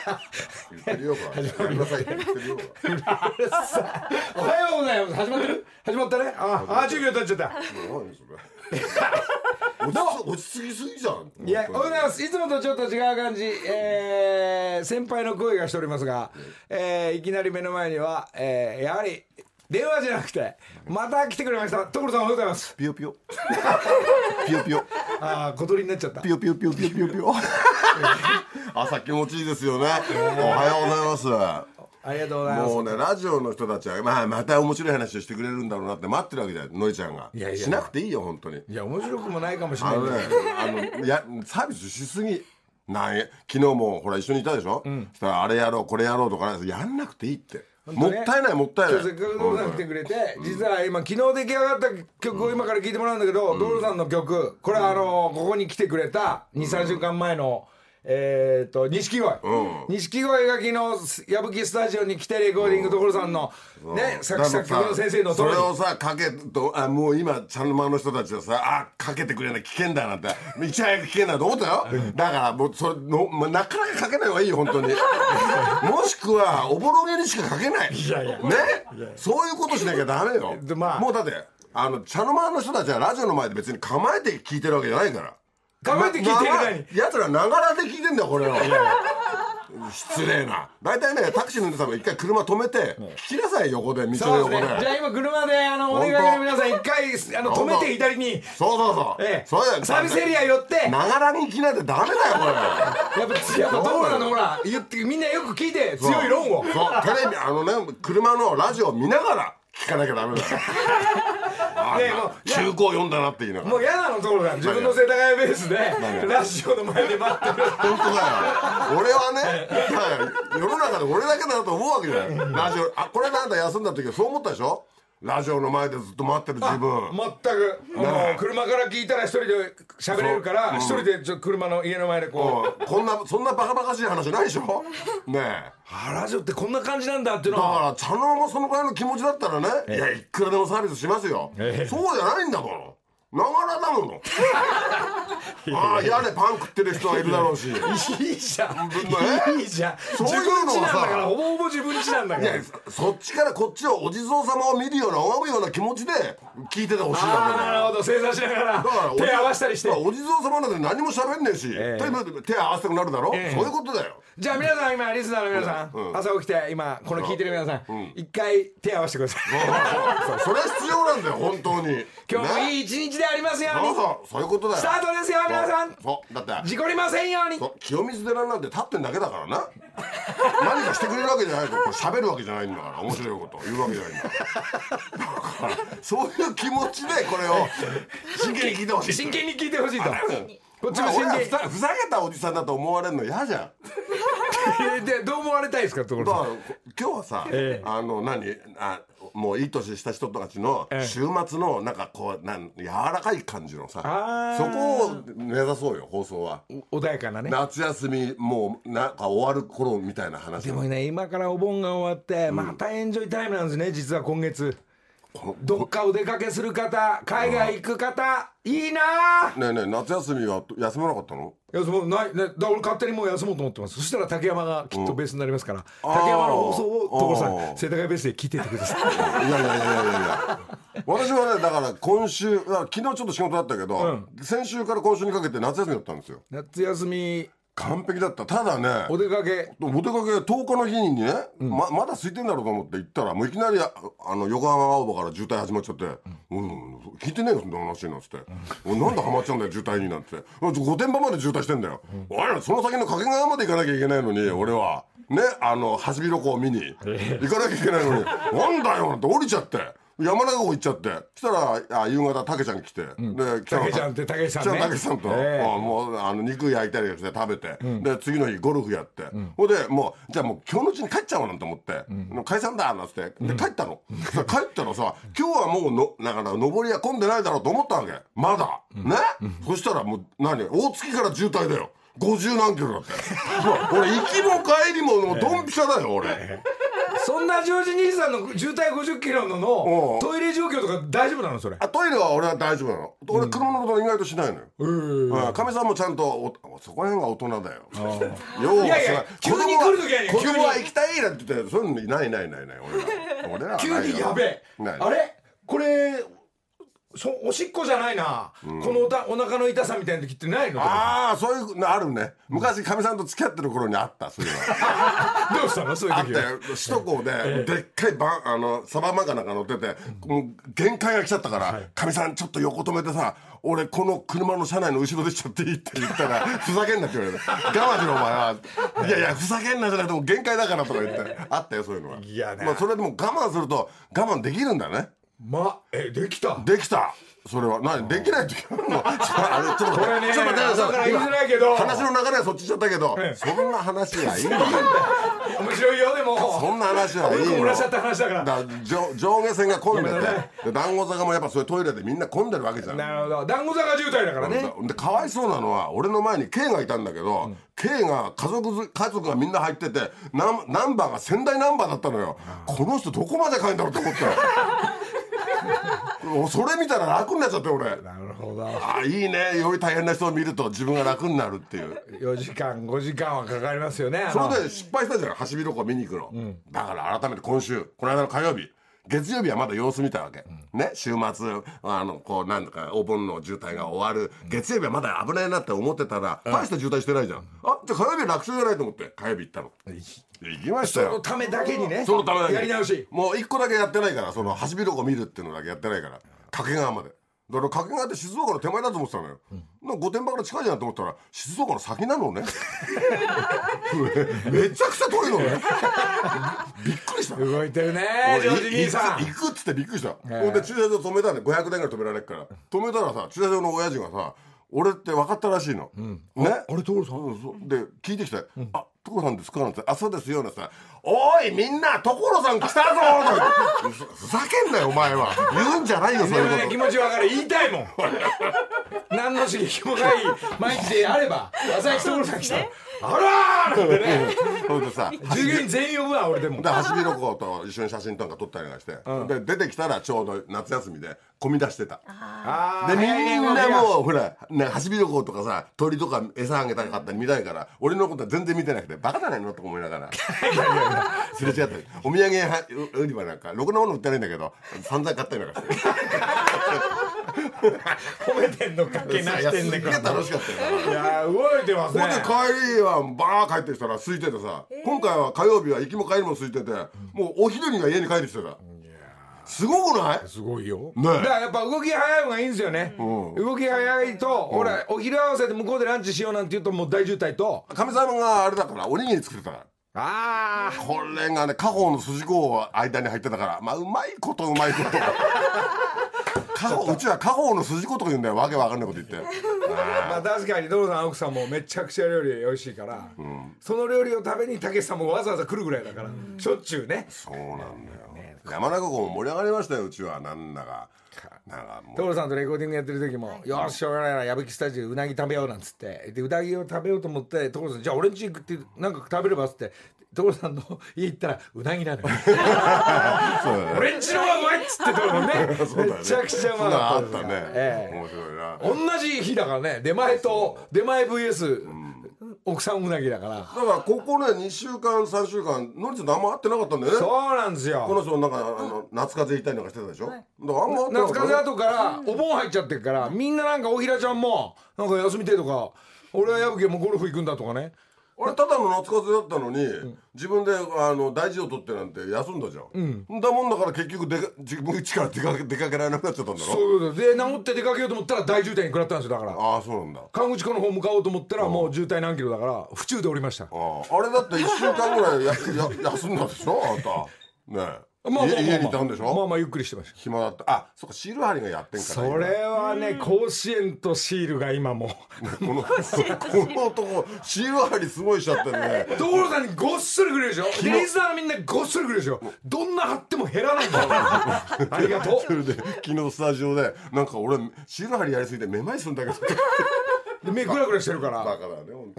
言ってるよほら。やりなさいって言ってるよ。 おはようございます。始まったね。授業立っちゃった。 何それ。落ち着きすぎじゃん。 いや、おはようございます。いつもとちょっと違う感じ、先輩の声がしておりますが、いきなり目の前には、やはり電話じゃなくてまた来てくれました。所さんおはようございます。 ピヨピヨピヨピヨ。 小鳥になっちゃった。 ピヨピヨピヨピヨピヨピヨ。朝気持ちいいですよね。おはようございます。 ありがとうございます。 もうね、ラジオの人たちはまた面白い話をしてくれるんだろうなって待ってるわけじゃん、のりちゃんが。しなくていいよ本当に。 いや面白くもないかもしれないサービスしすぎ。昨日もほら一緒にいたでしょ。そしたらあれやろうこれやろうとかやんなくていいって。もったいないもったいない。 せっかく所さん来てくれて、実は今昨日出来上がった曲を今から聴いてもらうんだけど、所さんの曲、これはここに来てくれた 2,3 週間前の錦鯉が昨日矢吹スタジオに来てレコーディング、所さんのね作詞作曲の先生のところにそれをさかけともう今茶の間の人たちはさかけてくれない危険だなんていち早く危険だと思ったよ。だからもうそれのなかなかかけない方がいいよ本当に。もしくはおぼろげにしかかけない。ね、そういうことしなきゃダメよ。もうだって茶の間の人たちはラジオの前で別に構えて聞いてるわけじゃないから。 構えて聞いてる何やつらながらで聞いてんだよこれを。失礼な。大体ねタクシーの皆さんも一回車止めて聞きなさい横で道の横で。 じゃあ今車でお願いの皆さん一回止めて左に。 そうサービスエリア寄ってながらに聞きないとダメだよこれ。 やっぱ所さんのほら言ってみんなよく聞いて強い論を。 そうテレビ車のラジオ見ながら聞かなきゃダメだよ。中高読んだなって言いながら。 もう嫌なの所さん自分の世田谷ベースでラジオの前で待ってる。 本当だよ。俺はね世の中で俺だけだと思うわけじゃない。ラジオこれなんだ休んだ時はそう思ったでしょ。ラジオの前でずっと待ってる自分。 全く車から聞いたら一人で喋れるから一人で車の家の前でこうそんなバカバカしい話ないでしょ。ねえラジオってこんな感じなんだっていうのは。 だから茶の間もそのぐらいの気持ちだったらねいやいくらでもサービスしますよ。そうじゃないんだもの。ながらだもの。屋根パン食ってる人はいるだろうし。 いいじゃんいいじゃん。 そういうのはさほぼほぼ自分家なんだから。 いやそっちからこっちをお地蔵様を見るような拝むような気持ちで聞いててほしいわけだよ。 なるほど正座しながら手合わせたりして。 お地蔵様なんて何も喋んねえし手合わせたくなるだろ。そういうことだよ。 じゃあ皆さん今リスナーの皆さん朝起きて今この聞いてる皆さん一回手合わせてください。 それ必要なんだよ本当に。 今日もいい一日でありますように。 そういうことだよ。 スタートですよ皆さん。 だって事故りませんように。 清水寺なんて立ってんだけだからな。何かしてくれるわけじゃないと喋るわけじゃないんだから面白いこと言うわけじゃないんだから。そういう気持ちでこれを真剣に聞いてほしい。 真剣に聞いてほしいと。 こっちも真剣。ふざけたおじさんだと思われるの嫌じゃん。 でどう思われたいですか所さん。 今日はさもういい年した人たちの週末のなんかこう柔らかい感じのさそこを目指そうよ放送は。 穏やかなね。 夏休みもうなんか終わる頃みたいな話。 でもね今からお盆が終わってまたエンジョイタイムなんですね実は今月。どっかお出かけする方海外行く方いいな。 ねえねえ夏休みは休まなかったの。 休もうないね。だから俺勝手にもう休もうと思ってます。そしたら竹山がきっとベースになりますから竹山の放送を所さん世田谷ベースで聞いててください。 いや私はねだから昨日ちょっと仕事だったけど先週から今週にかけて夏休みだったんですよ。 夏休み完璧だった。ただねお出かけ 10日の日にねまだ空いてんだろうと思って行ったらもういきなり横浜青葉から渋滞始まっちゃって聞いてねえよそんな話なんつってなんでハマっちゃうんだよ渋滞になんて御殿場まで渋滞してんだよ。その先の掛川まで行かなきゃいけないのに俺はねハシビロコウを見に行かなきゃいけないのになんだよって降りちゃって山中湖行っちゃってそしたら夕方たけちゃん来てたけちゃんってたけしさんねたけしさんともう肉焼いたりして食べてで次の日ゴルフやってほんでもうじゃあもう今日のうちに帰っちゃおうなんて思って解散だなんつってで帰ったの。帰ったらさ今日はもうだから上りは混んでないだろうと思ったわけまだね。そしたらもう大月から渋滞だよ。50何キロだって。俺行きも帰りもドンピシャだよ俺。 そんなジョージ兄さんの渋滞50キロのトイレ状況とか大丈夫なのそれ？ トイレは俺は大丈夫なの。俺車のこと意外としないのよ。かみさんもちゃんとそこら辺が大人だよ。要はさ、 急に来る時は子供は行きたいなんて言ってそういうのない俺らは急にやべえ、あれこれおしっこじゃないな、このお腹の痛さみたいな時ってないの？ ああ、そういうのあるね。昔かみさんと付き合ってる頃にあった。そういうのどうしたのそういう時？ あったよ。首都高ででっかいサバマかなんか乗ってて、もう限界が来ちゃったからかみさんちょっと横止めてさ、俺この車の車内の後ろでしちゃっていいって言ったらふざけんなって言われて、我慢しろお前は。いやいやふざけんなじゃなくても限界だからとか言ってあったよ、そういうのは。 いやね、 まあそれでも我慢すると我慢できるんだね。 できたそれは何できない時あれちょっとこれね、 ちょっと待ってだから言いづらいけど話の流れはそっち行っちゃったけど、そんな話はいいんだよ。 面白いよ。でもそんな話はいいの。 漏らしちゃった話だから。 上下線が混んでて、団子坂もやっぱそういうトイレでみんな混んでるわけじゃん。 なるほど、団子坂渋滞だからね。 でかわいそうなのは俺の前に K がいたんだけど、K が家族がみんな入っててナンバーが仙台ナンバーだったのよ。この人どこまで帰んだろうと思ってそれ見たら楽になっちゃって俺。 なるほど。 いいね、より大変な人を見ると自分が楽になるっていう。 4時間5時間はかかりますよね。 それで失敗したじゃん、ハシビロコウ見に行くの、だから改めて今週この間の火曜日月曜日はまだ様子見たわけ、ね、週末こうなんだかお盆の渋滞が終わる、月曜日はまだ危ないなって思ってたら、大した渋滞してないじゃん。じゃあ火曜日は楽勝じゃないと思って火曜日行ったの。行きましたよ。 そのためだけにね。 そのためだけやり直し。 もう一個だけやってないから、そのハシビロコウ見るっていうのだけやってないから、掛川まで。だから掛川って静岡の手前だと思ってたのよ、御殿場から近いじゃんと思ったら静岡の先なのねめちゃくちゃ遠いのねびっくりした。 動いてるねジョージ兄さん。 行くっつってびっくりした。ほんで駐車場止めたんで500年ぐらい止められるから、止めたらさ、駐車場の親父がさ、俺って分かったらしいの、ね、 あれ所さんで聞いてきて「所さんですか?」なんて「そうですよ」なんてさ「おいみんな所さん来たぞ!」ふざけんなよお前は。言うんじゃないよそういうこと。 気持ち分かる、言いたいもん何の刺激もない毎日であれば朝日所さん来たあらーなんてねそれでさ従業員全員呼ぶわ俺でも。 でハシビロコウと一緒に写真なんか撮ったりなんかして、で出てきたらちょうど夏休みで混み出してた。でみんなもうほら、ね、ハシビロコウとかさ鳥とか餌あげたかったり見たいから、俺のことは全然見てなくてバカじゃないのとか思いながらすれ違ったり、お土産売り場なんかろくなもの売ってないんだけど散々買ったりなんかして褒めてんのかけなしてんねんから。 楽しかったよ。 いや動いてますね。 ほんで帰りはバー帰ってきたら空いててさ、今回は火曜日は行きも帰りも空いてて、もうお昼には家に帰ってきてた。すごくない？ すごいよ、 ね、 だからやっぱ動き早い方がいいんですよね、動き早いと、ほらお昼合わせで向こうでランチしようなんて言うともう大渋滞と。 かみさんがあれだからおにぎり作ってたから、これがね家宝の筋子を間に入ってたから、まあうまいことうちは家宝の筋子とか言うんだよ、わけわかんないこと言ってまあ確かに所さん奥さんもめちゃくちゃ料理美味しいから、その料理を食べにたけしさんもわざわざ来るぐらいだから、しょっちゅうね。 そうなんだよ、山中湖も盛り上がりましたよ、うちは。なんだか所さんとレコーディングやってる時も、よししょうがないな矢吹スタジオうなぎ食べようなんつって、でうなぎを食べようと思って、所さんじゃあ俺んち行くってなんか食べればっつって所さんの家行ったらうなぎなのよ俺んちの方がうまいっつって所さんねめちゃくちゃうまかったですね。面白いな。同じ日だからね、出前 VS、奥さんうなぎだから。だからここね2週間3週間のりちゃん何も会ってなかったんだよね。 そうなんですよ。 この人なんか夏風邪ひいたりなんかしてたでしょ、だからあんま会ってなかった。 夏風邪後からお盆入っちゃってるから、みんななんかおひらちゃんもなんか休みてえとか、俺は矢吹もゴルフ行くんだとかね。 俺ただの夏風邪だったのに、自分で大事を取ってなんて休んだじゃん、だもんだから結局自分家から出かけられなくなっちゃったんだろ。 そうで治って出かけようと思ったら大渋滞に食らったんですよ。だからああそうなんだ。 河口湖の方向かおうと思ったらもう渋滞何キロだから府中で降りました。 あれだって1週間ぐらい休んだでしょあなたねえ。家にいたんでしょ。 まあゆっくりしてました。 暇だった。そっか、シール貼りがやってんから。 それはね、甲子園とシールが今もこの男シール貼りすごいしちゃってね。 所さんにごっそりくれるでしょ。でリスナーのみんなごっそりくれるでしょ。どんな貼っても減らないんだよありがとう。 それで昨日スタジオでなんか俺シール貼りやりすぎてめまいするんだけど目グラグラしてるから。 バカだね本当に。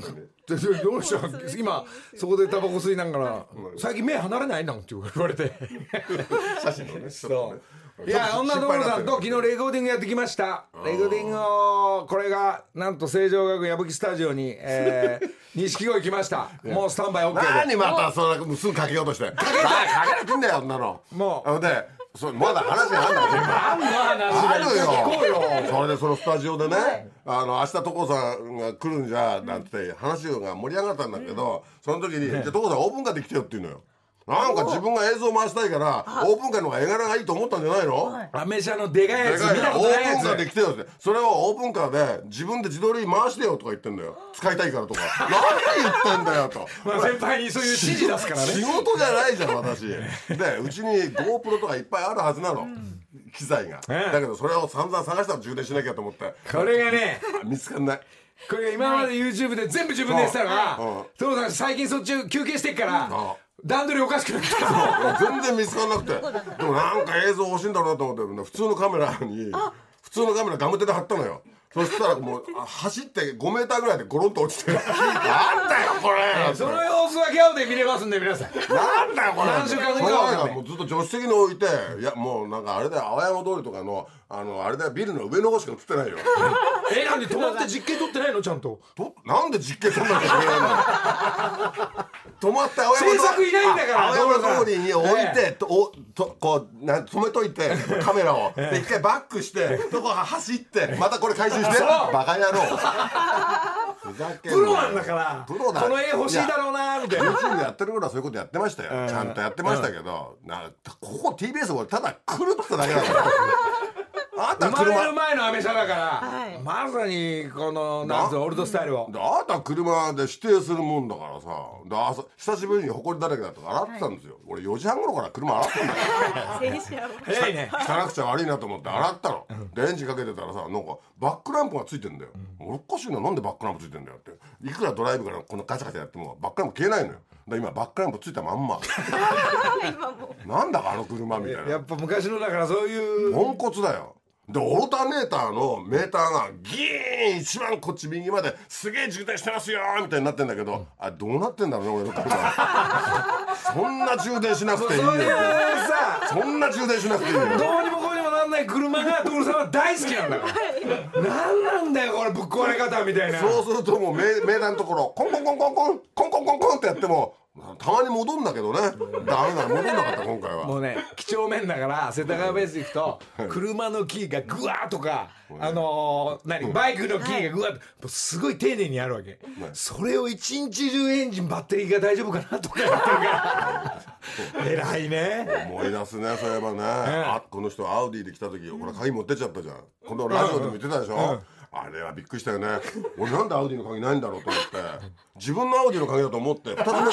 どうした今そこでタバコ吸いながら最近目離れないなんて言われて写真のね。 そういや女所さんと昨日レコーディングやってきました。レコーディングをこれがなんと成城学園矢吹スタジオに錦鯉来ました。もうスタンバイ OK で。 何またそんなすぐかけようとしてかけなくていいんだよ、そんなの。 もうでまだ話があんだからあるよ。それでそのスタジオでね、明日所さんが来るんじゃなんて話が盛り上がったんだけど、その時に「じゃあ所さんオープンカーで来てよ」って言うのよ。なんか自分が映像回したいからオープンカーの方が絵柄がいいと思ったんじゃないの？ アメ車のでかいやつ見たこオとないやつ。 ープンカーで来てよって、それをオープンカーで自分で自撮り回してよとか言ってんだよ。使いたいからとか何言ってんだよと。 まあ先輩にそういう指示出すからね。 仕事じゃないじゃん私で、うちに GoPro とかいっぱいあるはずなの、機材が。だけどそれを散々探したら充電しなきゃと思ってこれがね見つかんない。 これが今まで YouTube で全部自分でやってたのが所さん最近そっち休憩してっから段取りおかしくなった全然見つからなくて、でもなんか映像欲しいんだろうなと思って普通のカメラガム手で貼ったのよ。そしたらもう走って5メーターぐらいでゴロンと落ちてなんだよこれ。 その様子はギャオで見れますんで皆さん。 なんだよこれ。 何週間後かもうずっと助手席に置いて、いやもうなんかあれだよ、青山通りとかのあれだよ、ビルの上の方しか映ってないよ。 なんで止まって実験撮ってないのちゃんと。 なんで実験撮んなきゃいけないの。止まって青山制作いないんだから青山通りに置いてこう止めといてカメラをで一回バックしてそこ走ってまたこれ回収してバカ野郎。ふざけんなよ。 プロなんだからプロだ。 この絵欲しいだろうなみたいな。 YouTube やってる頃はそういうことやってましたよ、ちゃんとやってましたけど、ここ TBS 俺ただ来るってだけだからあんた生まれる前のアメ車だから、まさにこのなんつうのオールドスタイルを。 あんた車で指定するもんだからさ、久しぶりに埃だらけだとか洗ってたんですよ、俺4時半頃から車洗ってんだよ早いね。 汚くちゃ悪いなと思って洗ったの、でエンジンかけてたらさ、なんかバックランプがついてんだよ、おかしいな、なんでバックランプついてんだよって、いくらドライブからこのガチャガチャやってもバックランプ消えないのよ。今バックランプついたまんまなんだかあの車みたいな。 やっぱ昔のだからそういうポンコツだよ。でオルタネーターのメーターがギーン一番こっち右まですげえ渋滞してますよみたいになってんだけど、あれどうなってんだろうね俺の車そんな充電しなくていいよ。 そういうさそんな充電しなくていいよ。 どうにもこうにもなんない車が所さんは大好きなんだからなんなんだよこれぶっ壊れ方みたいな。 そうするともうメーターのところコンコンコンコンコンコンコンコンコンってやってもたまに戻んだけどね、ダメだ、戻んなかった今回は。 もうね几帳面だから世田谷ベース行くと車のキーがグワーとかバイクのキーがグワーともうすごい丁寧にやるわけ、それを一日中エンジンバッテリーが大丈夫かなとかやってるから偉いね。 思い出すね、そういえばね、この人アウディで来た時ほら鍵持ってっちゃったじゃん、このラジオでも言ってたでしょ、あれはびっくりしたよね。俺なんでアウディの鍵ないんだろうと思って自分のアウディの鍵だと思って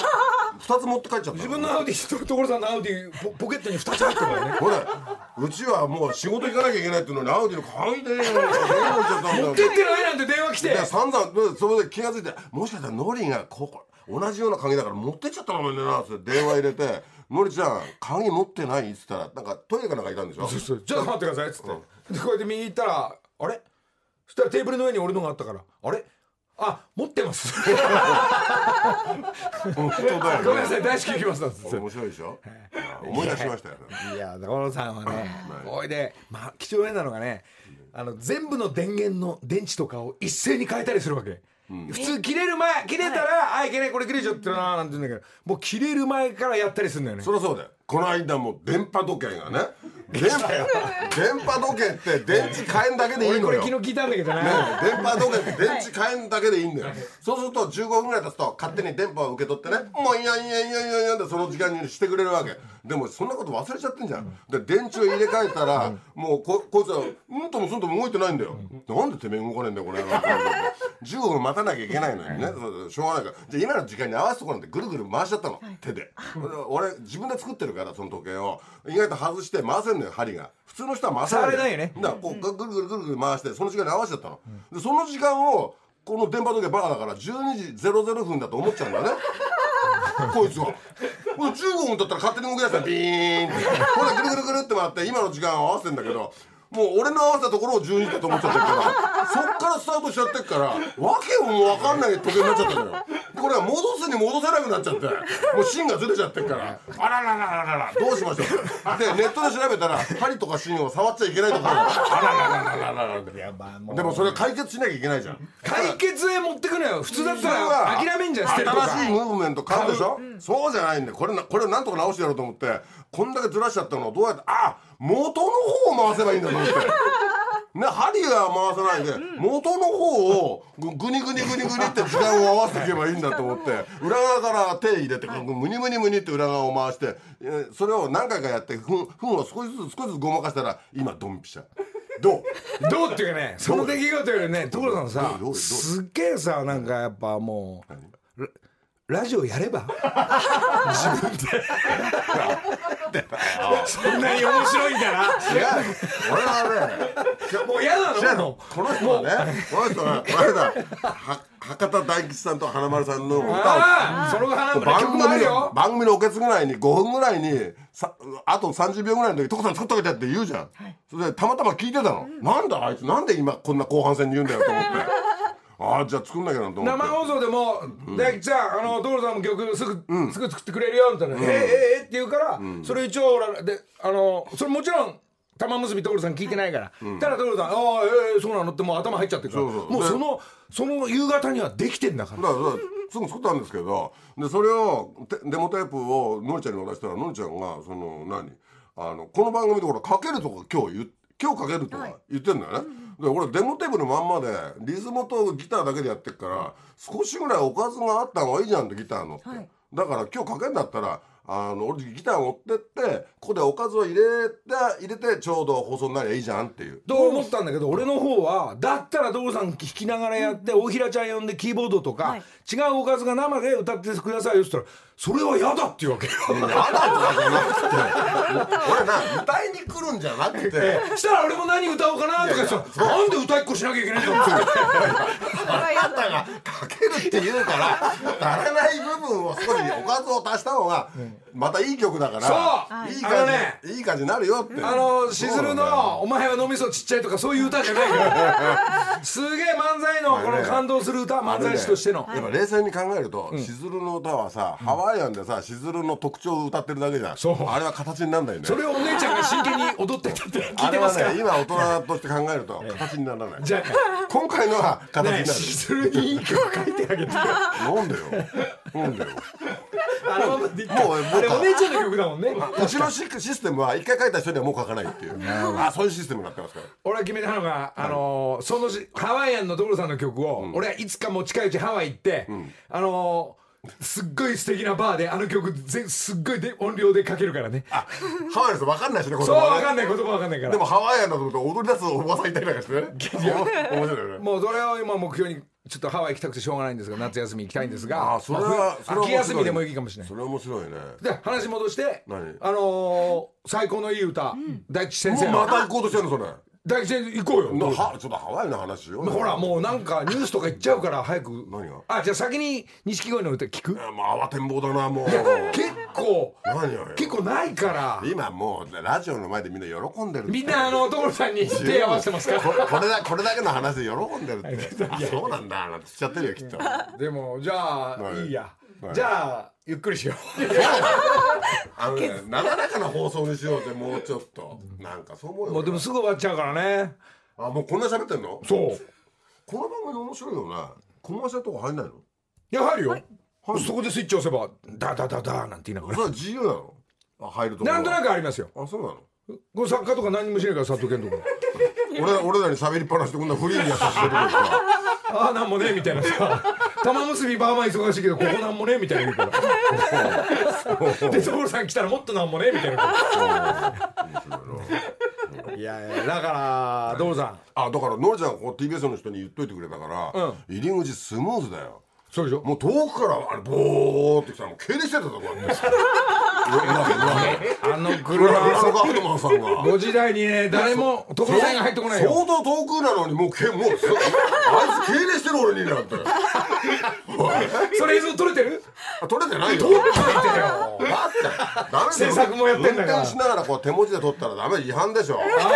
2つ持って帰っちゃった。 自分のアウディ所さんのアウディポケットに2つ入ってるからね。 ほれうちはもう仕事行かなきゃいけないっていうのにアウディの鍵で持ってってないなんて電話来て散々それで気が付いて、もしかしたらノリが同じような鍵だから持ってっちゃったのかもしれないなって電話入れてノリちゃん鍵持ってないっつったらなんかトイレかなんかいたんでしょ。 ちょっと待ってくださいっつって、でこうやって右行ったらあれそしたらテーブルの上に俺のがあったからあれ持ってます本当だよね。 ごめんなさい大至急行きますっつって面白いでしょ思い出しましたよ。 いや所さんはねおいで貴重なのがね全部の電源の電池とかを一斉に変えたりするわけ、普通切れたらいけないこれ切れちゃってるなーなんて言うんだけどもう切れる前からやったりするんだよね。 そりゃそうだよ。この間も電波時計がね電波時計って電池変えんだけでいいのよ。 俺これ昨日聞いたんだけどね電波時計って電池変えんだけでいいんだよ。そうすると15分ぐらい経つと勝手に電波を受け取ってねもういやいやいやいやいやってその時間にしてくれるわけでもそんなこと忘れちゃってんじゃん。で電池を入れ替えたらもうこいつはうんともすんとも動いてないんだよ。なんでてめえ動かねえんだよこれ15分待たなきゃいけないのにねしょうがないからじゃあ今の時間に合わせとこうなんてぐるぐる回しちゃったの手で。俺自分で作ってるからその時計を意外と外して回せるのよ針が。普通の人は回せない。 触れないよね。 だからこうぐるぐるぐるぐる回してその時間に合わせちゃったの、でその時間をこの電波時計バカだから12時00分だと思っちゃうんだよねこいつはこれ15分だったら勝手に動き出したらビーンってほらぐるぐるぐるって回って今の時間を合わせてんだけどもう俺の合わせたところを12だと思っちゃってるからそっからスタートしちゃってるからわけも分かんない時計になっちゃってるのよ。これは戻すに戻せなくなっちゃってもう芯がずれちゃってるからあららららららどうしましょうでネットで調べたら針とか芯を触っちゃいけないところあららららららでもそれ解決しなきゃいけないじゃん。 解決へ持ってくのよ。普通だったら諦めんじゃん。捨てるとか新しいムーブメント買うでしょ、そうじゃないんでこれをなんとか直してやろうと思ってこんだけずらしちゃったのをどうやって元の方を回せばいいんだと思ってね、針は回さないで元の方をグニグニグニグニって時間を合わせていけばいいんだと思って裏側から手入れてムニムニムニって裏側を回してそれを何回かやって糞を少しずつごまかしたら今ドンピシャどうっていうかね、その出来事よりね、所さんさすっげえさ、なんかやっぱもうラジオやれば自分でそんなに面白いんだな。違う俺はねもう嫌なのこの人はねこの人はこの間博多大吉さんと華丸さんの歌をその番組のおけつぐらいに5分ぐらいにあと30秒ぐらいの時「所さん作っとけて」って言うじゃん、それでたまたま聞いてたの、なんだあいつなんで今こんな後半戦に言うんだよと思ってじゃあ作んなきゃなと思って生放送でも大吉さん所さんも曲すぐ作ってくれるよみたいなって言うからそれ一応でそれもちろん玉結び所さん聞いてないからただ所さんそうなのってもう頭入っちゃってるからもうその夕方にはできてんだからすぐ作ったんですけどでそれをデモテープをのりちゃんに渡したらのりちゃんがこの番組でほらかけるとか今日かけるとか言ってんだよね、で俺デモテープのまんまでリズムとギターだけでやってっから少しぐらいおかずがあった方がいいじゃんってギターのって、だから今日かけんだったら俺ギター持ってってここでおかずを入れてちょうど放送になりゃいいじゃんっていうと思ったんだけど俺の方はだったら所さん弾きながらやって大平ちゃん呼んでキーボードとか違うおかずが生で歌ってくださいよって言ったらそれは嫌だっていうわけよ。 嫌だとかじゃなくて俺歌いに来るんじゃなくてしたら俺も何歌おうかなとかさなんで歌いっこしなきゃいけないんだってあなたがかけるって言うから足らない部分を少しおかずを足した方がまたいい曲だからそういい感じになるよってしずるの「お前は脳みそちっちゃい」とかそういう歌じゃないからすげえ漫才のこの感動する歌漫才師としてのやっぱ冷静に考えるとしずるの歌はさハワイアンでさしずるの特徴を歌ってるだけじゃんあれは形にならないね。 それをお姉ちゃんが真剣に踊ってたって聞いてますか。 あれはね今大人として考えると形にならないじゃあ今回のは形になるしずるにいい曲書いてあげてなんでよあれお姉ちゃんの曲だもんね。 うちのシステムは一回書いた人にはもう書かないっていうそういうシステムになってますから俺は決めたのがそのハワイアンの所さんの曲を俺はいつかもう近いうちハワイ行ってすっごい素敵なバーで曲すっごい音量でかけるからね。 ハワイの人分かんないしね言葉そう分かんないからでもハワイアンのと踊り出すおばさんいたりなんかしてね面白いよね。 もうそれを今目標にちょっとハワイ行きたくてしょうがないんですが夏休み行きたいんですがそれは秋休みでもいいかもしれない。 それは面白いね。 で話戻して最高のいい歌大吉先生また行こうとしてんのそれ。 大吉先生行こうよ。 ちょっとハワイの話よ。 ほらもうなんかニュースとか行っちゃうから早く。 何がじゃあ先に錦鯉の歌聞く。 もう慌てんぼうだなもう。 結構ないから今もうラジオの前でみんな喜んでる。 みんな所さんに手合わせてますからこれだけの話で喜んでるってそうなんだなんてしちゃってるよきっと。 でもじゃあいいやじゃあゆっくりしようなだらかな放送にしようってもうちょっとなんかそう思うよ。 もうでもすぐ終わっちゃうからね。 もうこんな喋ってんの。 そうこの番組面白いよね。コマーシャルとか入んないの。 いや入るよ。そこでスイッチ押せばダダダダなんて言いながら。 それは自由なの。入るとなんとなくありますよ。 そうなの。 これ作家とか何もしないから佐藤健とか俺らに喋りっぱなしでこんなフリーにやってしてるからさなんもねみたいなさ玉結びバーマン忙しいけどここなんもねみたいな言うからで所さん来たらもっとなんもねみたいないやだから所さんだからのりちゃんがこう TBS の人に言っといてくれたから、入り口スムーズだよ。 そうでしょ。 もう遠くからあれボーってきたらもう敬礼してたとこあって車5時台にね誰も所さんが入ってこないよ。 相当遠くなのにもうあいつ敬礼してる俺になんてそれ映像撮れてる？ 撮れてないよ。 撮れてよダメ制作もやってんだから運転しながらこう手持ちで撮ったらダメ違反でしょ。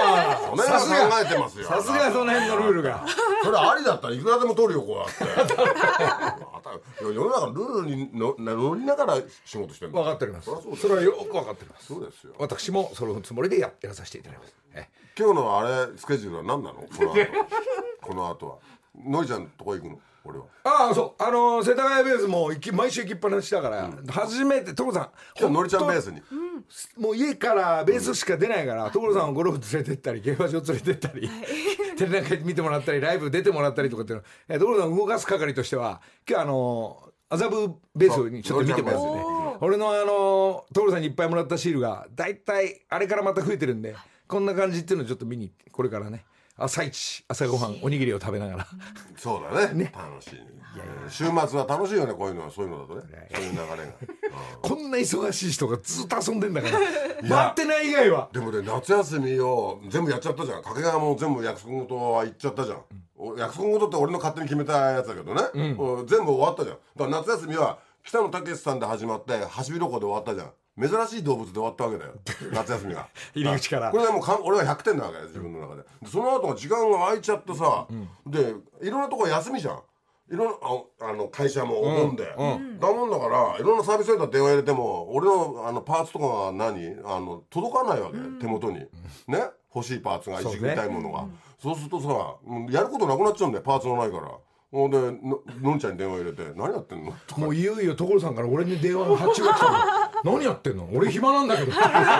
その辺は考えてますよ。 さすがその辺のルールが。 それありだったらいくらでも取るよ、こうやって世の中のルールに乗りながら仕事してるんだ。 分かっております。それはよく分かっております。 そうですよ。 私もそのつもりでやらさせていただきます。 今日のあれスケジュールは何なの？この後はのりちゃんのとこ行くの？俺はああ、そう世田谷ベースも毎週行きっぱなしだから、初めて所さん今日のりちゃんベースに、 もう家からベースしか出ないから所さんをゴルフ連れてったり競馬場連れてったり展覧会見てもらったりライブ出てもらったりとかっていうの所さんを動かす係としては今日麻布ベースにちょっと見てもらってね、俺の所さんにいっぱいもらったシールがだいたいあれからまた増えてるんで、こんな感じっていうのをちょっと見に行ってこれからね朝ごはんおにぎりを食べながらそうだね楽しい。週末は楽しいよね、こういうのは。そういうのだとね、そういう流れがこんな忙しい人がずっと遊んでんだから待ってない以外は。 でもね、夏休みを全部やっちゃったじゃん。掛川も全部約束事は言っちゃったじゃん、約束事って俺の勝手に決めたやつだけどね、全部終わったじゃん。だから夏休みは北野武さんで始まってハシビロコウで終わったじゃん。珍しい動物で終わったわけだよ夏休みが入り口から。 これでもう俺は100点なわけよ、自分の中で。その後が時間が空いちゃってさ、でいろんなとこ休みじゃん。いろんな会社もお盆で、だもんだからいろんなサービスセンター電話入れても俺のパーツとかが届かないわけ、手元にね、欲しいパーツが一時見たいものが。そうするとさ、やることなくなっちゃうんだよ、パーツがないから。ほんでのんちゃんに電話入れて「何やってんの?」 もういよいよ所さんから俺に電話の発注が来たの何やってんの俺暇なんだけど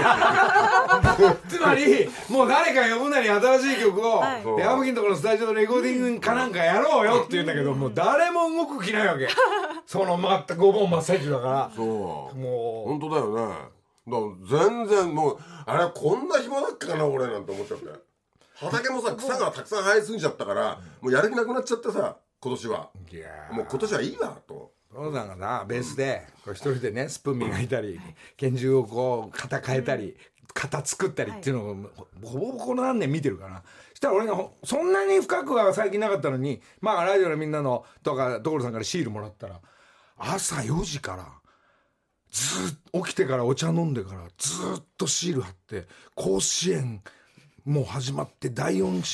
つまりもう誰か呼ぶなり新しい曲を矢吹のところのスタジオのレコーディングかなんかやろうよって言うんだけど、もう誰も動く気ないわけその全くお盆真っ最中だから。 そうもう本当だよね。だから全然もうあれこんな暇だっけかな俺なんて思っちゃって。畑もさ草がたくさん生えすぎちゃったからもうやる気なくなっちゃってさ、今年はもう今年はいいわと。 所さんがなベースでこう一人でねスプーン磨いたり拳銃をこう型変えたり型作ったりっていうのをほぼほぼこの何年見てるから、したら俺がそんなに深くは最近なかったのに、まあラジオのみんなのとか所さんからシールもらったら朝4時からずっと起きてからお茶飲んでからずっとシール貼って甲子園もう始まって第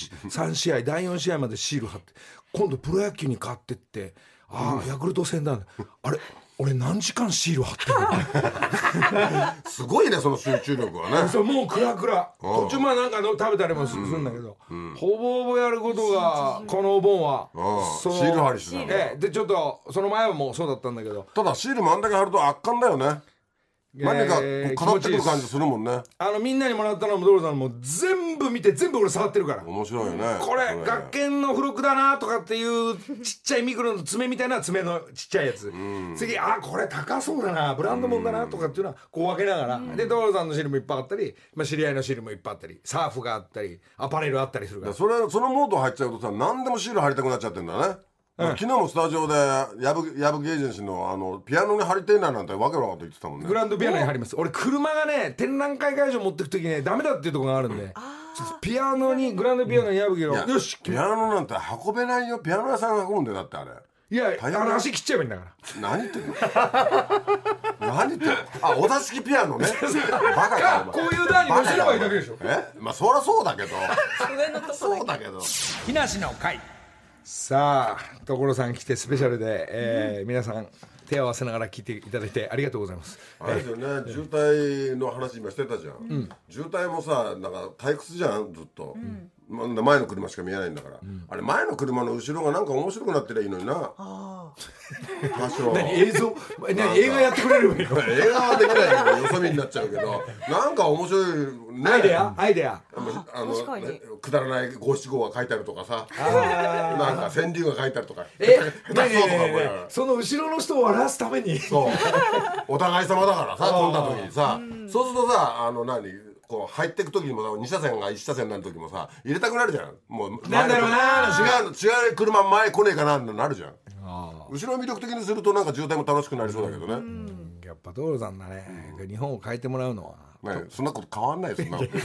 3試合第4試合までシール貼って、今度プロ野球に変わってって、ああヤクルト戦だ、あれ俺何時間シール貼ってるのすごいねその集中力はね。 そうもうクラクラ、途中までなんか食べたりもするんだけど、ほぼほぼやることがこのお盆はシール貼りしてたでちょっとその前はもうそうだったんだけど、 ただシールもあんだけ貼ると圧巻だよね。何か語ってくる感じするもんね。 みんなにもらったのも所さんも全部見て全部俺触ってるから面白いよね。 これ学研の付録だなとかっていうちっちゃいミクロの爪みたいな爪のちっちゃいやつ、次これ高そうだなブランドもんだなとかっていうのはこう分けながら、で所さんのシールもいっぱいあったり、知り合いのシールもいっぱいあったりサーフがあったりアパレルあったりするから、 そのモード入っちゃうとさ何でもシール貼りたくなっちゃってんだね。昨日もスタジオで矢吹エージェンシーのピアノに貼りてえななんてわけわかんと言ってたもんね。 グランドピアノに貼ります。俺車がね展覧会会場持ってく時ねダメだっていうところがあるんで、ピアノにグランドピアノに矢吹をよしピアノなんて運べないよ。ピアノ屋さんが運んでだってあれ。 いや足切っちゃえばいいんだから。 何言ってんの何言ってんの。お座敷ピアノねバカかこういう段に乗せればいいだけでしょ。 まあそりゃそうだけどそうだけど木梨の会。さあ所さん来てスペシャルで、皆さん手を合わせながら聞いていただいてありがとうございます。 あれですよね、渋滞の話今してたじゃん、渋滞もさなんか退屈じゃんずっと、前の車しか見えないんだから、あれ前の車の後ろがなんか面白くなってりゃいいのにな。多少何映像映画やってくれればいいの映画はできないけどよそ見になっちゃうけどなんか面白いね。 アイデアくだらない五七五が書いてあるとかさなんか川柳が書いてあるとかその後ろの人を笑わすためにそうお互い様だからさ飛んだ時にさ、そうするとさこう入っていく時にもさ2車線が1車線になる時もさ入れたくなるじゃん。もうなんだろうな違う車前来ねえかなってなるじゃん。後ろを魅力的にするとなんか渋滞も楽しくなりそうだけどね。 やっぱ所さんだね、日本を変えてもらうのはそんなこと変わんないよそんなこと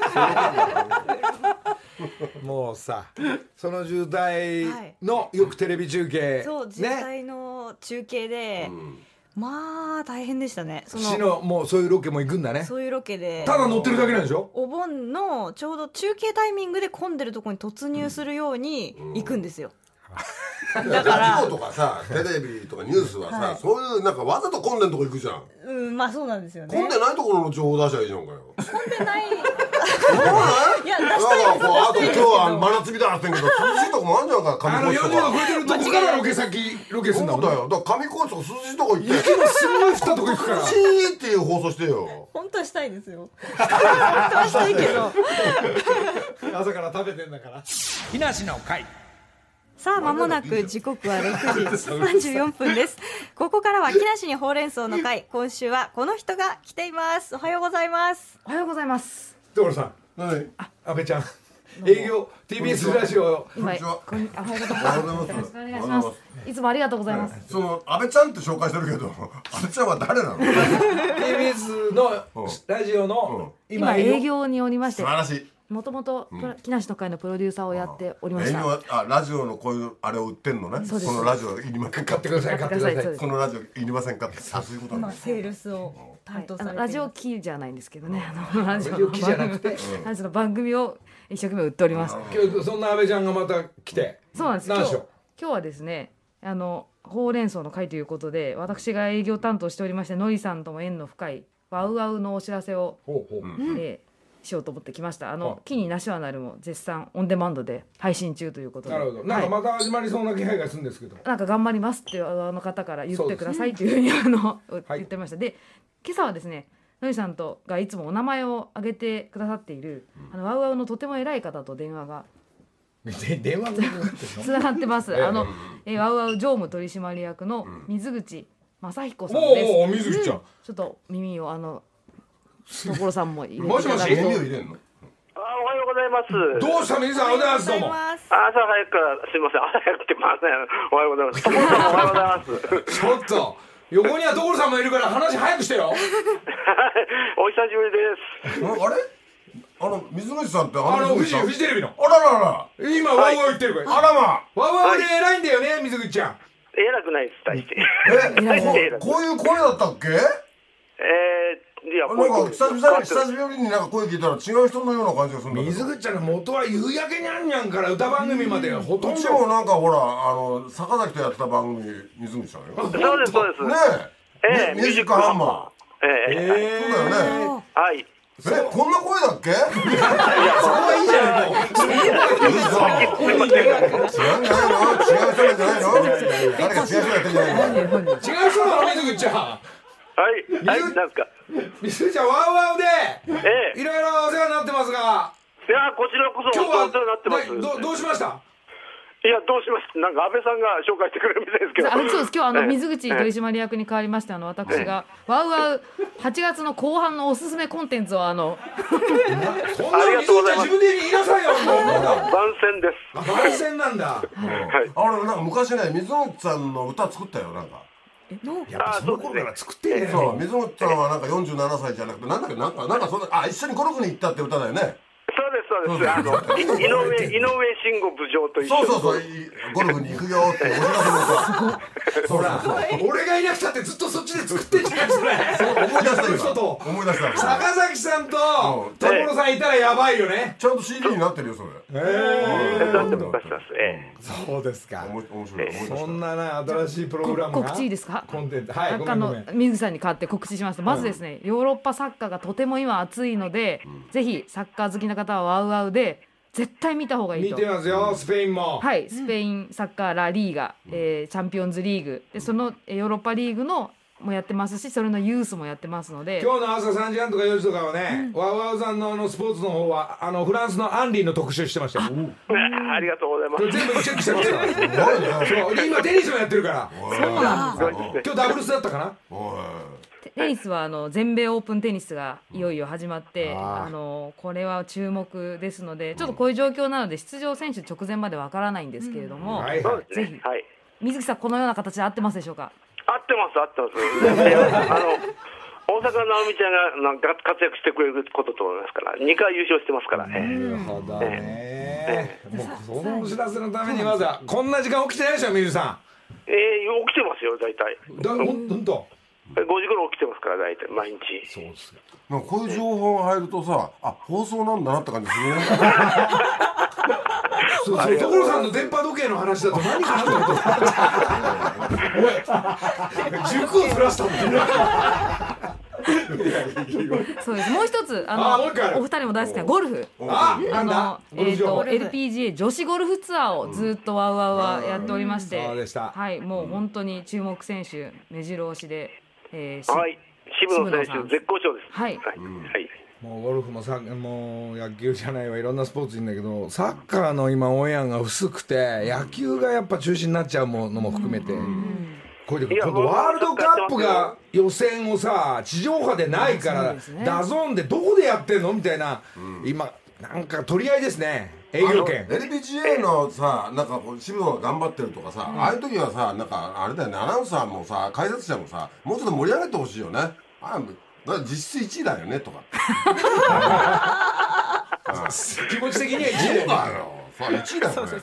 もうさその渋滞のよくテレビ中継そう渋滞の中継で、 まあ大変でしたね。 市のもうそういうロケも行くんだね。 そういうロケでただ乗ってるだけなんでしょ。 お盆のちょうど中継タイミングで混んでるところに突入するように行くんですよ。 だからラジオとかさテレビとかニュースはさ、そういうなんかわざと混んでんとこ行くじゃん。 まあそうなんですよね。 混んでないところの情報出しゃいいじゃんかよ。 混んでない。 いや出したいです。 あと今日は真夏日だって言うけど涼しいとこもあるじゃんか。上高 40 地とか。 度超えてるとこからロケするんだもん。 そうだよ。だから上高地とか涼しいとこ行って雪もすごい降ったとこ行くから。 涼しいっていう放送してよ。 本当はしたいですよ。本当はしたいけど。 朝から食べてんだから。木梨の会。 さあ間もなく時刻は6時34分です。ここからは木梨にほうれん草の会。今週はこの人が来ています。おはようございます。 おはようございます。 所さん、 はい。 安倍ちゃん、営業 TBS ラジオ。 今こんにちは。 おはようございます。 おはようございます。 よろしくお願いします。いつもありがとうございます。 その安倍ちゃんって紹介してるけど、安倍ちゃんは誰なの？ TBS のラジオの今営業におりまして素、晴らしい。 もともと木梨の会のプロデューサーをやっておりました。 営業はラジオのこういうあれを売ってんのね。 そうですこのラジオいりませんか？ 買ってください、買ってください。 そうですこのラジオいりませんかって。そういうことなんです。 セールスを担当されている。 ラジオ機じゃないんですけどね。ラジオラジオ機じゃなくてラジオの番組を一生懸命売っております。 今日そんな安倍ちゃんがまた来て。 そうなんです。 何でしょう。 今日はですね、ほうれん草の会ということで、私が営業担当しておりまして、のりさんとも縁の深いワウワウのお知らせを、 ほうほう。 しようと思ってきました。木に梨はなるも絶賛オンデマンドで配信中ということで。 なるほど。なんかまた始まりそうな気配がするんですけど。 なんか頑張りますって方から言ってくださいというふうに言ってました。で、今朝はですね、のりさんとがいつもお名前を挙げてくださっているワウワウのとても偉い方と電話が電話つながってます。ワウワウ常務取締役の水口正彦さんです。 おお、水口ちゃん。 ちょっと耳を所さんも入れてもしもし。 耳を入れんの？ おはようございます。 どうした水さん、おはようございます。どうも。 朝早くからすみません。朝早くてません。おはようございます。所さんもおはようございます。 ちょっと横には所さんもいるから話早くしてよ。 お久しぶりです。 あれ？水口さんってフ水口さん？ ジテレビの。 あららら。 今ワウワウ言ってるから。 あらま。 ワウワウで偉いんだよね、水口ちゃん。 偉くないです、大して。 こういう声だったっけ？ いや、 なんか久しぶりになんか声聞いたら違う人のような感じがするんだけど。 水口ちゃんの元は夕焼けにゃんにゃんから歌番組までほとんど。 こっちもなんかほら坂崎とやってた番組水口さんよ。 そうです、そうです。 ねえ。ミュージックハンマー。そうだよね。 はい。 こんな声だっけ？ そこはいいじゃないもう。 違うんじゃないの？違う人じゃないの？誰か違う人やってんじゃないの？ 違う人なの水口ちゃん。 はい、なんですか。 水口ちゃんワウワウでいろいろお世話になってますが。 いや、こちらこそ今日はお世話になってます。 どうしました？ いや、どうします。なんか安倍さんが紹介してくれるみたいですけど。 そうです。今日水口取締役に代わりまして私がワウワウ8月の後半のおすすめコンテンツをそんな水口ちゃん自分で言いなさいよ。 番宣です。 番宣なんだ。 なんか昔ね水口さんの歌作ったよなんか。 やっぱその頃から作ってね。 そう水口さんはなんか47歳じゃなくてなんだっけなんかそんな一緒にゴルフに行ったって歌だよね。 そうです。井上慎吾部長と一緒に。 そうゴルフに行くよってお知らせの歌。 ほら俺がいなくたってずっとそっちで作ってんじゃんそれ。 思い出した坂崎さんと所さんいたらやばいよね。 ちゃんと CD になってるよそれ。 そうですか。 面白い。 そんなな新しいプログラムが告知いいですか？ コンテンツ。はい。 作家の水口さんに代わって告知しますと、まずですね、ヨーロッパサッカーがとても今熱いので、ぜひサッカー好きな方はワウワウで絶対見た方がいいと。 見てますよ、スペインも。 はい、スペインサッカーラリーガ、チャンピオンズリーグで、そのヨーロッパリーグのもやってますし、それのユースもやってますので、 今日の朝3時半とか4時とかはね、ワウワウさんのスポーツの方はフランスのアンリーの特集してましたよ。 ありがとうございます。 全部チェックしてました。そう今テニスもやってるから。 そうなんです。 今日ダブルスだったかな。 テニスは全米オープンテニスがいよいよ始まってこれは注目ですので、ちょっとこういう状況なので出場選手直前までわからないんですけれども、ぜひ水木さんこのような形で合ってますでしょうか？ 合ってます大坂なおみちゃんが活躍してくれることと思いますから、2回優勝してますからね。 なるほどね。もうそのお知らせのためにわざこんな時間起きてないでしょ水さん。 起きてますよ大体。 ほんと。 5時頃起きてますから大体毎日。 そうですよ。 なんかこういう情報が入るとさ、あ、放送なんだなって感じするね。 そうそう、所さんの電波時計の話だと何かなと思って塾をずらしたもんね。 そうです。もう一つもう一回あるお二人も大好きなゴルフ。 なんだ LPGA 女子ゴルフツアーをずっとワウワウはやっておりまして、 そうでした。 はい、もう本当に注目選手目白押しで、 はい、渋野選手絶好調です。 はい。 はい。 もうゴルフももう野球じゃないわ、いろんなスポーツいいんだけど、サッカーの今オンエアが薄くて野球がやっぱ中止になっちゃうのも含めて、これで今度ワールドカップが予選をさ地上波でないからダゾーンでどこでやってんのみたいな、今なんか取り合いですね、営業権。 LPGA のさ、なんかこう渋野が頑張ってるとかさ、ああいう時はさ、なんかあれだよね、アナウンサーもさ、解説者もさ、もうちょっと盛り上げてほしいよね。実質1位だよねとか。 気持ち的には1位だよね。 1位だよねって。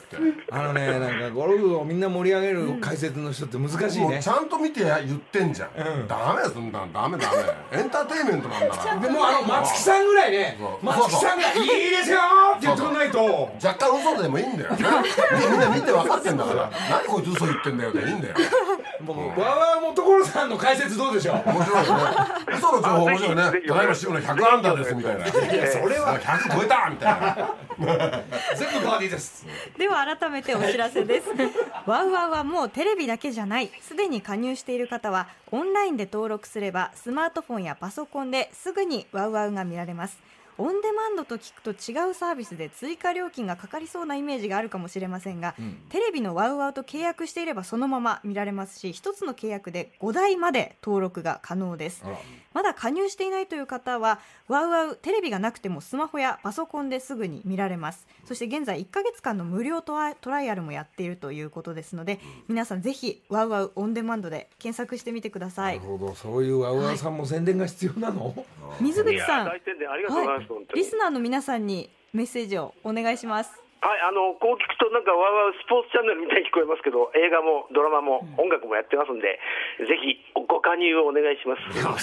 なんかゴルフをみんな盛り上げる解説の人って難しいね。 ちゃんと見て言ってんじゃん。ダメそんなん、ダメ。エンターテインメントなんだから。 でも松木さんぐらいね、松木さんがいいですよって言ってくんないと。 若干嘘でもいいんだよね。みんな見て分かってんだから。何こいつ嘘言ってんだよっていいんだよ。 わわも所さんの解説どうでしょう。 面白いよね。嘘の情報面白いね。ただいま渋野100アンダーですみたいな。 いやそれは 100超えたみたいな。 全部バーディーです。 では改めてお知らせです。ワウワウはもうテレビだけじゃない。すでに加入している方はオンラインで登録すればスマートフォンやパソコンですぐにワウワウが見られます。オンデマンドと聞くと違うサービスで追加料金がかかりそうなイメージがあるかもしれませんが、テレビのワウワウと契約していればそのまま見られますし、一つの契約で5台まで登録が可能です。まだ加入していないという方はワウワウテレビがなくてもスマホやパソコンですぐに見られます。そして現在1ヶ月間の無料トライアルもやっているということですので、皆さんぜひワウワウオンデマンドで検索してみてください。 なるほど、そういうワウワウさんも宣伝が必要なの？ 水口さん、 大宣伝ありがとうございます。 リスナーの皆さんにメッセージをお願いします。 はい、こう聞くとなんかワウワウスポーツチャンネルみたいに聞こえますけど、映画もドラマも音楽もやってますんで、ぜひご加入をお願いします。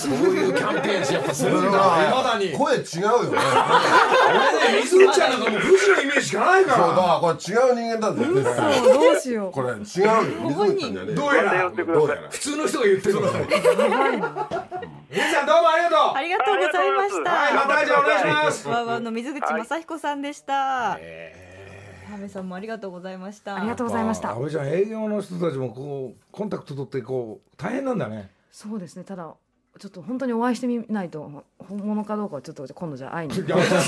そういうキャンペーンやっぱするんだ。まだに声違うよね。 俺ね、水口ちゃんなんかもう富士のイメージしかないから。 そうだ、これ違う人間だぜ。 どうしよう。 これ違うよ。水口ちゃんじゃねえ。 どうやら普通の人が言ってるの。皆さんどうもありがとう。 ありがとうございました。 はい、またじゃあお願いします。 ワウワウの水口雅彦さんでした。阿部さんもありがとうございました。 ありがとうございました。 阿部ちゃん、営業の人たちもこうコンタクト取ってこう大変なんだね。 そうですね。ただちょっと本当にお会いしてみないと本物かどうかはちょっと今度じゃあ会いに。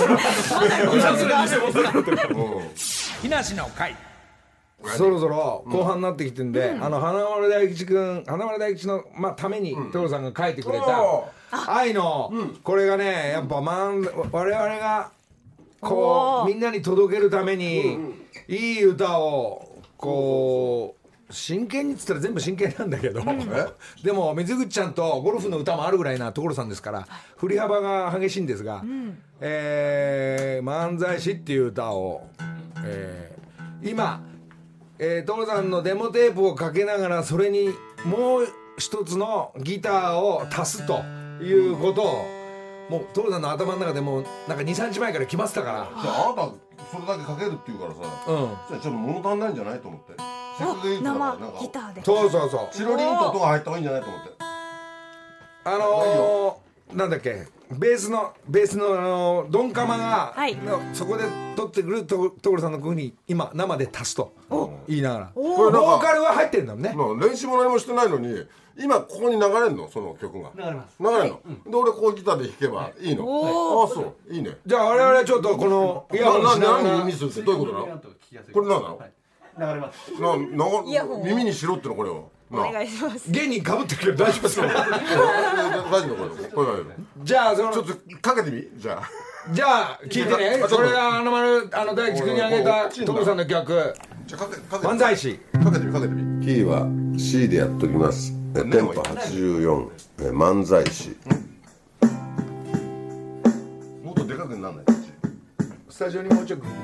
木梨の会。そろそろ後半になってきてんで、花丸大吉のために所さんが書いてくれた愛のこれがね、やっぱ我々がこうみんなに届けるためにいい歌をこう真剣にっつったら全部真剣なんだけど、でも水口ちゃんとゴルフの歌もあるぐらいな所さんですから振り幅が激しいんですが、漫才師っていう歌を、今所さんのデモテープをかけながらそれにもう一つのギターを足すということをもう所さんの頭の中でもうなんか 2,3 日前から決まってたから、 あなたそれだけかけるって言うからさ、ちょっと物足んないんじゃないと思って、せっかくいいからなんかギターでそうチロリンと音が入った方がいいんじゃないと思って、 なんだっけ、ベースのドンカマが、そこで取ってくる所さんの曲に今生で足すと言いながら、ボーカルは入ってるんだもんね。 練習も何もしてないのに今ここに流れるの、その曲が流れます。流れるの、で俺こうギターで弾けばいいの。ああそういいね。 じゃあ我々はちょっとこのイヤホンしながら何にするってどういうことなの？これ何なの？流れます。耳にしろってのこれをお願いします。 芸人かぶってるけど大丈夫ですか？ 大丈夫これじゃあちょっとかけてみ。じゃあ聞いてね。これが大吉君にあげた所さんの曲漫才師。 かけてみ。キーは C でやっときます。テンポ84、漫才師。もっとでかくならない？ スタジオにもうちょっと。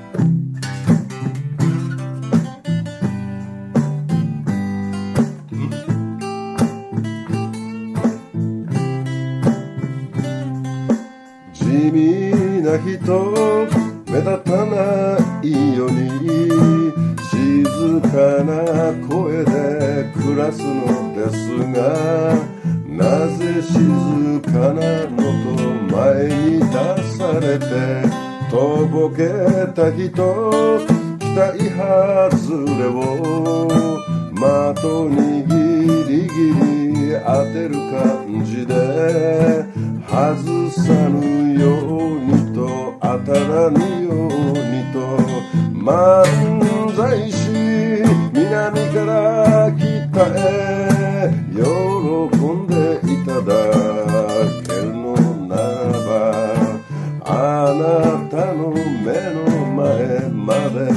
人目立たないように静かな声で暮らすのですが、なぜ静かなのと前に出されて、とぼけた人期待外れを的にギリギリ当てる感じで、外さぬようにと当たらぬようにと漫才師南から北へ喜んでいただけるのならば、あなたの目の前まで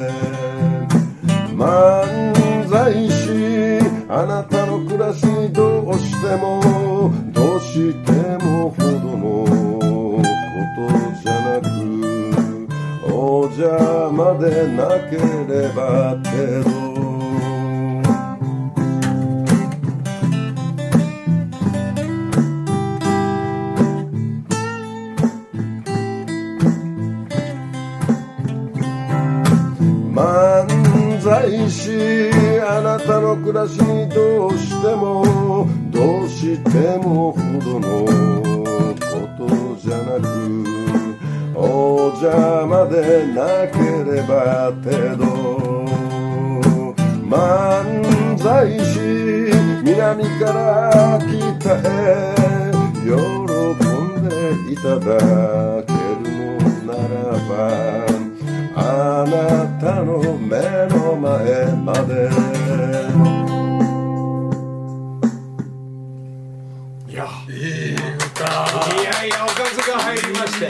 漫才師あなたの暮らしにどうしてもどうしてもほどのことじゃなく、お邪魔でなければけど、漫才師あなたの暮らしにどうしてもどうしてもほどのことじゃなく、お邪魔でなければけど、漫才師南から北へ喜んでいただけるのならば、あなたの目の前まで。 いやいい歌、いやおかずが入りまして、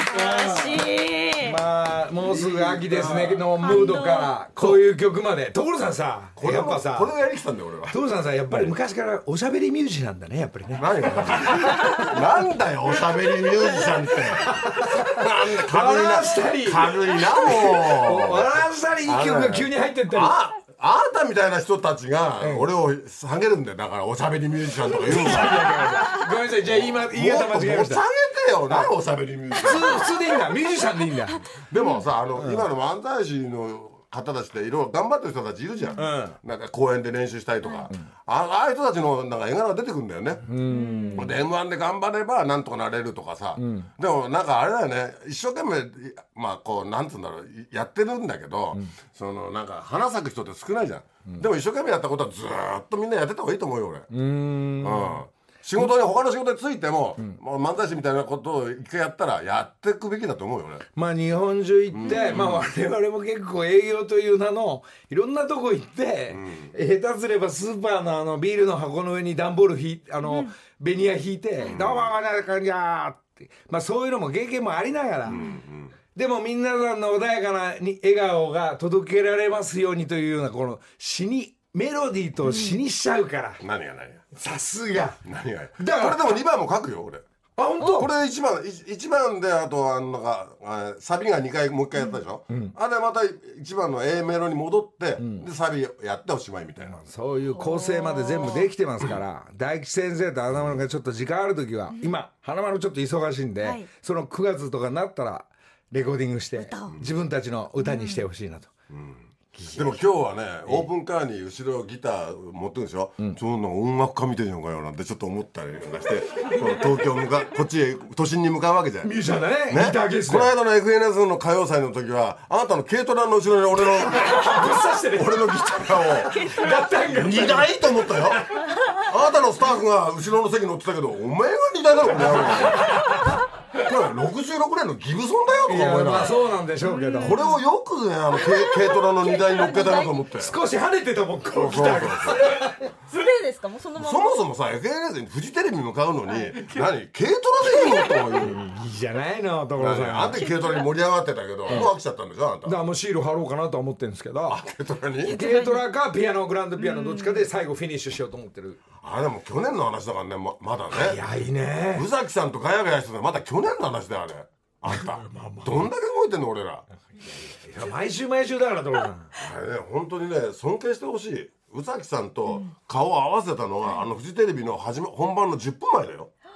まあもうすぐ秋ですねのムードからこういう曲まで。所さんさ、やっぱさ、 これをやりきたんだよ俺は。 所さんさ、やっぱり昔からおしゃべりミュージシャンだね、やっぱりね。 何がなんだよおしゃべりミュージシャンって。なんだ軽いな、軽いなもう。 笑わしたりいい曲が急に入ってったり。 あなたみたいな人たちが俺を下げるんだよ。だからおしゃべりミュージシャンとか言うんだよ。 ごめんなさい、じゃあ言い方間違えました。 下げてよな、おしゃべりミュージシャン。 普通でいいんだ、ミュージシャンでいいんだ。 でもさ、今の漫才師の方たちっていろいろ頑張ってる人たちいるじゃん、なんか公園で練習したりとか、ああいう人たちのなんか絵柄が出てくるんだよね。M1で頑張ればなんとかなれるとかさ、でもなんかあれだよね、一生懸命まあこうなんつうんだろう、やってるんだけど、そのなんか花咲く人って少ないじゃん、でも一生懸命やったことはずーっとみんなやってた方がいいと思うよ俺。仕事に他の仕事についても、もう漫才師みたいなことを一回やったらやっていくべきだと思うよね。 まあ日本中行って、まあ我々も結構営業という名のいろんなとこ行って、下手すればスーパーのビールの箱の上に段ボールベニヤ引いて「どうもこんな感じや」って、まあそういうのも経験もありながら、でも皆さんの穏やかな笑顔が届けられますようにというようなこのメロディーと詩にしちゃうから。 何がさすが。 何がだからこれでも2番も書くよ俺。 あ、本当？ これ1番で、あとなんかサビがもう1回やったでしょ、あれまた1番の A メロに戻って、でサビやっておしまいみたいな、 そういう構成まで全部できてますから大吉先生と花丸がちょっと時間ある時は、今花丸ちょっと忙しいんで、その9月とかになったらレコーディングして自分たちの歌にしてほしいなと。 でも今日はね、オープンカーに後ろギター持ってるんでしょ、そんな音楽家みたいじゃんかよなんてちょっと思ったりなんかして東京こっちへ都心に向かうわけじゃん。 ミュージシャンだね、ギターゲスト。 この間の FNS の歌謡祭の時はあなたの軽トラの後ろに俺のギターを荷台と思ったよ。あなたのスタッフが後ろの席に乗ってたけど、お前が荷台だろこれ。これ66年のギブソンだよとか思いながら。 まあそうなんでしょうけど、 これをよくね軽トラの荷台に乗っけたなと思って。 少し跳ねてたもん、このギターが。 素手ですか、もうそのまま。 そもそもさ FNS にフジテレビに向かうのに何軽トラでいいのとか言う。 いいじゃないの所さん。 あんた軽トラに盛り上がってたけど、もう飽きちゃったんでしょあんた。 だからもうシール貼ろうかなとは思ってるんですけど、 軽トラに軽トラかピアノグランドピアノどっちかで最後フィニッシュしようと思ってる。 あれでも去年の話だからね、まだね。 早いね。 宇崎さんとガヤガヤしてたまだ去年の話だよあれ。あんたどんだけ動いてんの俺ら。 毎週毎週だから所さん。 あれね、本当にね尊敬してほしい。宇崎さんと顔を合わせたのは、フジテレビの本番の10分前だよ。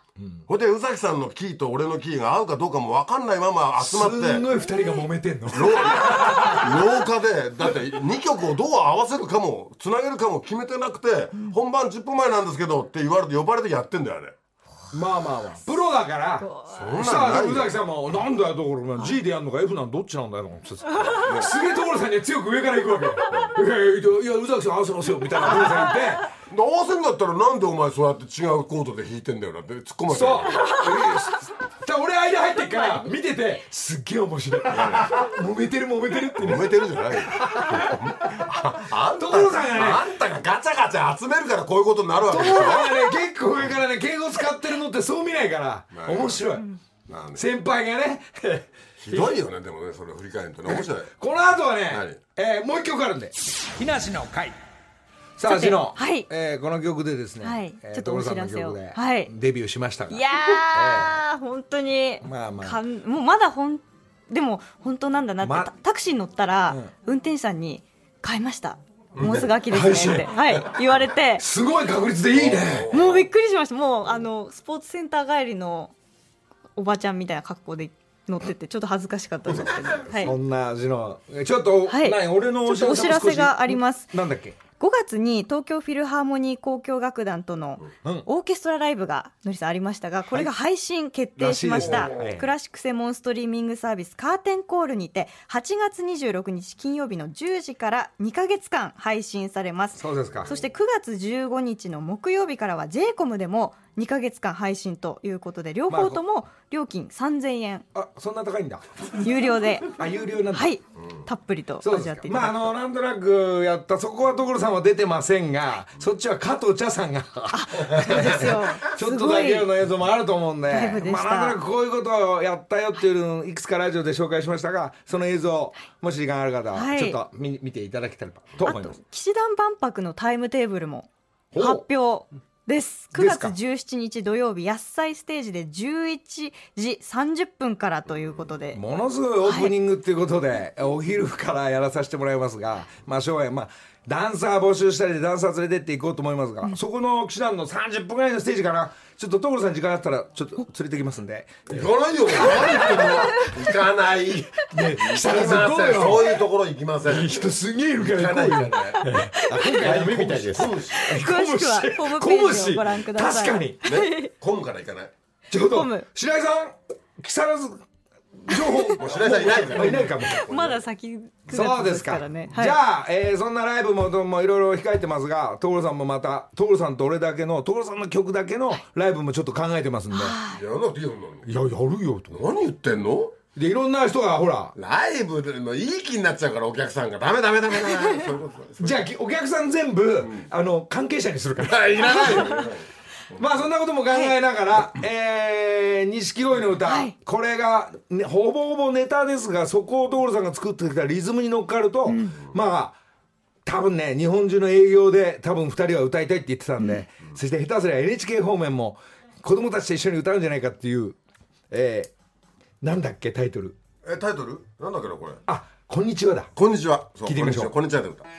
ほいで宇崎さんのキーと俺のキーが合うかどうかも分かんないまま集まってすごい2人が揉めてんの廊下でだって2曲をどう合わせるかもつなげるかも決めてなくて、本番10分前なんですけどって言われて呼ばれてやってんだよあれ。 まあプロだからそしたら宇崎さんもなんだよところ G でやんのか F なんどっちなんだよすげえ所さんには強く上から行くわけいや宇崎さん合わせますよみたいな所さん言って合わせんだったらなんでお前そうやって違うコードで弾いてんだよなって突っ込まれてそう俺間入ってっから見ててすっげえ面白い揉めてるって揉めてるじゃないよあんたがガチャガチャ集めるからこういうことになるわけでしょ。 所さんがね結構上からね敬語使ってるのってそう見ないから面白い先輩がねひどいよね。でもねそれ振り返るとね面白い。 この後はねもう一曲あるんで木梨の会。さあしの、この曲でですね、 ちょっとお知らせをデビューしましたが、 いやー、本当にもうまだでも本当なんだなって、タクシーに乗ったら、運転手さんに買いましたもうすぐ秋ですねって、言われてすごい確率でいいね。 もうびっくりしました。もうスポーツセンター帰りのおばちゃんみたいな格好で乗っててちょっと恥ずかしかったですけど、 そんな味のちょっと、俺のお知らせがあります。 なんだっけ。 5月に東京フィルハーモニー交響楽団とのオーケストラライブがのりさんありましたが、これが配信決定しました。クラシック専門ストリーミングサービスカーテンコールにて8月26日金曜日の10時から2ヶ月間配信されます。 そうですか。 そして9月15日の木曜日からは J コムでも2ヶ月間配信ということで、両方とも料金3000円。 そんな高いんだ。 有料で有料なんだ。 たっぷりと味わっていただくと。 なんとなくやったそこは所さんは出てませんが、そっちは加藤茶さんがそうですよちょっとだけの映像もあると思うんで、 なんとなくこういうことをやったよっていうのをいくつかラジオで紹介しましたが、その映像もし時間ある方はちょっと見ていただけたらと思います。 騎士団万博のタイムテーブルも発表です。9月17日土曜日、野菜ステージで11時30分からということで、 ものすごいオープニングっていうことで、お昼からやらさせてもらいますが、将来ダンサー募集したりでダンサー連れてっていこうと思いますが、そこの騎士団の30分ぐらいのステージかな、ちょっと所さん時間あったらちょっと連れてきますんで。 行かないよ。行かない。そういうところ行きません。 人すげえいるから行かないからね。 今回ダメみたいです。 詳しくはホームページをご覧ください。 確かに混むから行かない。 ちょっと白井さん木更津情報白井さんいないから。 いないかも。 まだ先9 月ですからね。じゃあそんなライブもいろいろ控えてますが、所さんもまた所さんと俺だけの所さんの曲だけのライブもちょっと考えてますんで。 やらなくていいよ。 いややるよと。 何言ってんの。 でいろんな人がほらライブでもいい気になっちゃうから、お客さんがダメじゃあお客さん全部関係者にするからいらないよ。 そんなことも考えながら、錦鯉の歌、これが、ほぼほぼネタですが、そこを所さんが作ってきたリズムに乗っかると、多分ね日本中の営業で多分2人は歌いたいって言ってたんで、そして下手すりゃ NHK 方面も子供たちと一緒に歌うんじゃないかっていう、なんだっけタイトル。 タイトルなんだっけなこれ。 こんにちはだ。 こんにちは。 聞いてみましょう。 こんにちはで歌。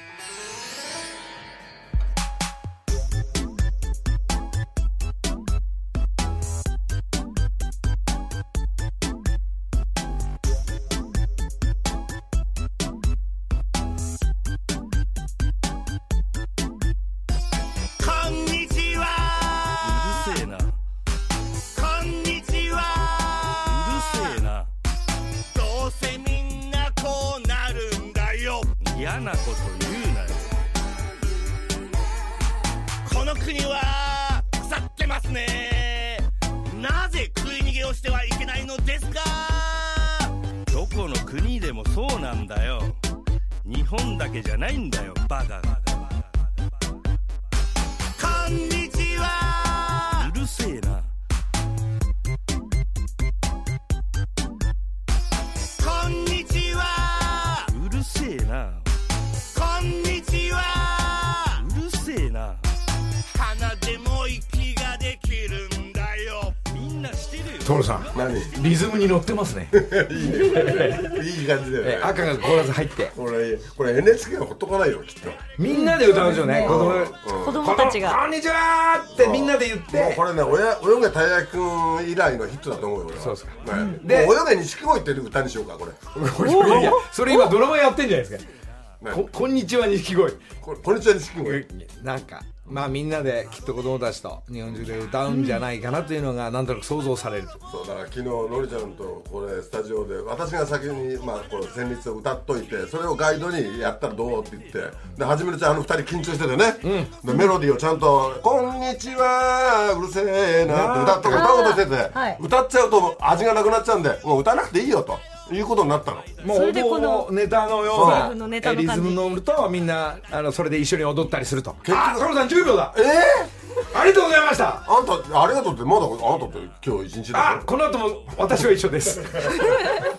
嫌なこと言うなよ。この国は腐ってますね。なぜ食い逃げをしてはいけないのですか。どこの国でもそうなんだよ。日本だけじゃないんだよバカが。こんにちは。うるせえな。こんにちは。うるせえな。こんにちは。うるせえな。鼻でも息ができるんだよ。みんなしてるよ。 所さん何リズムに乗ってますねいいねいい感じだよね。 赤がコーラス入ってこれ NHK はほっとかないよきっと。 みんなで歌うんですよね、 子供たちがこんにちはってみんなで言って、 これね泳げたい焼きくん以来のヒットだと思うよ俺は。 そうですか。 でもう泳げ錦鯉って歌にしようかこれ。 いやそれ今ドラマやってんじゃないですか。こんにちは錦鯉。 こんにちは錦鯉。 なんかまあみんなできっと子供たちと日本中で歌うんじゃないかなというのがなんとなく想像される。 そうだから昨日のりちゃんとこれスタジオで私が先にこの旋律を歌っといてそれをガイドにやったらどうって言ってで初めのうち2人緊張しててね、でメロディーをちゃんと「こんにちはうるせえな」って歌おうとしてて、歌っちゃうと味がなくなっちゃうんでもう歌わなくていいよということになったの。 もうそれでこのネタのようなリズムに乗るとみんなそれで一緒に踊ったりすると。あ、所さん10秒だ。ありがとうございました。 あんたありがとうってまだあんたって今日一日だよ。 この後も私は一緒です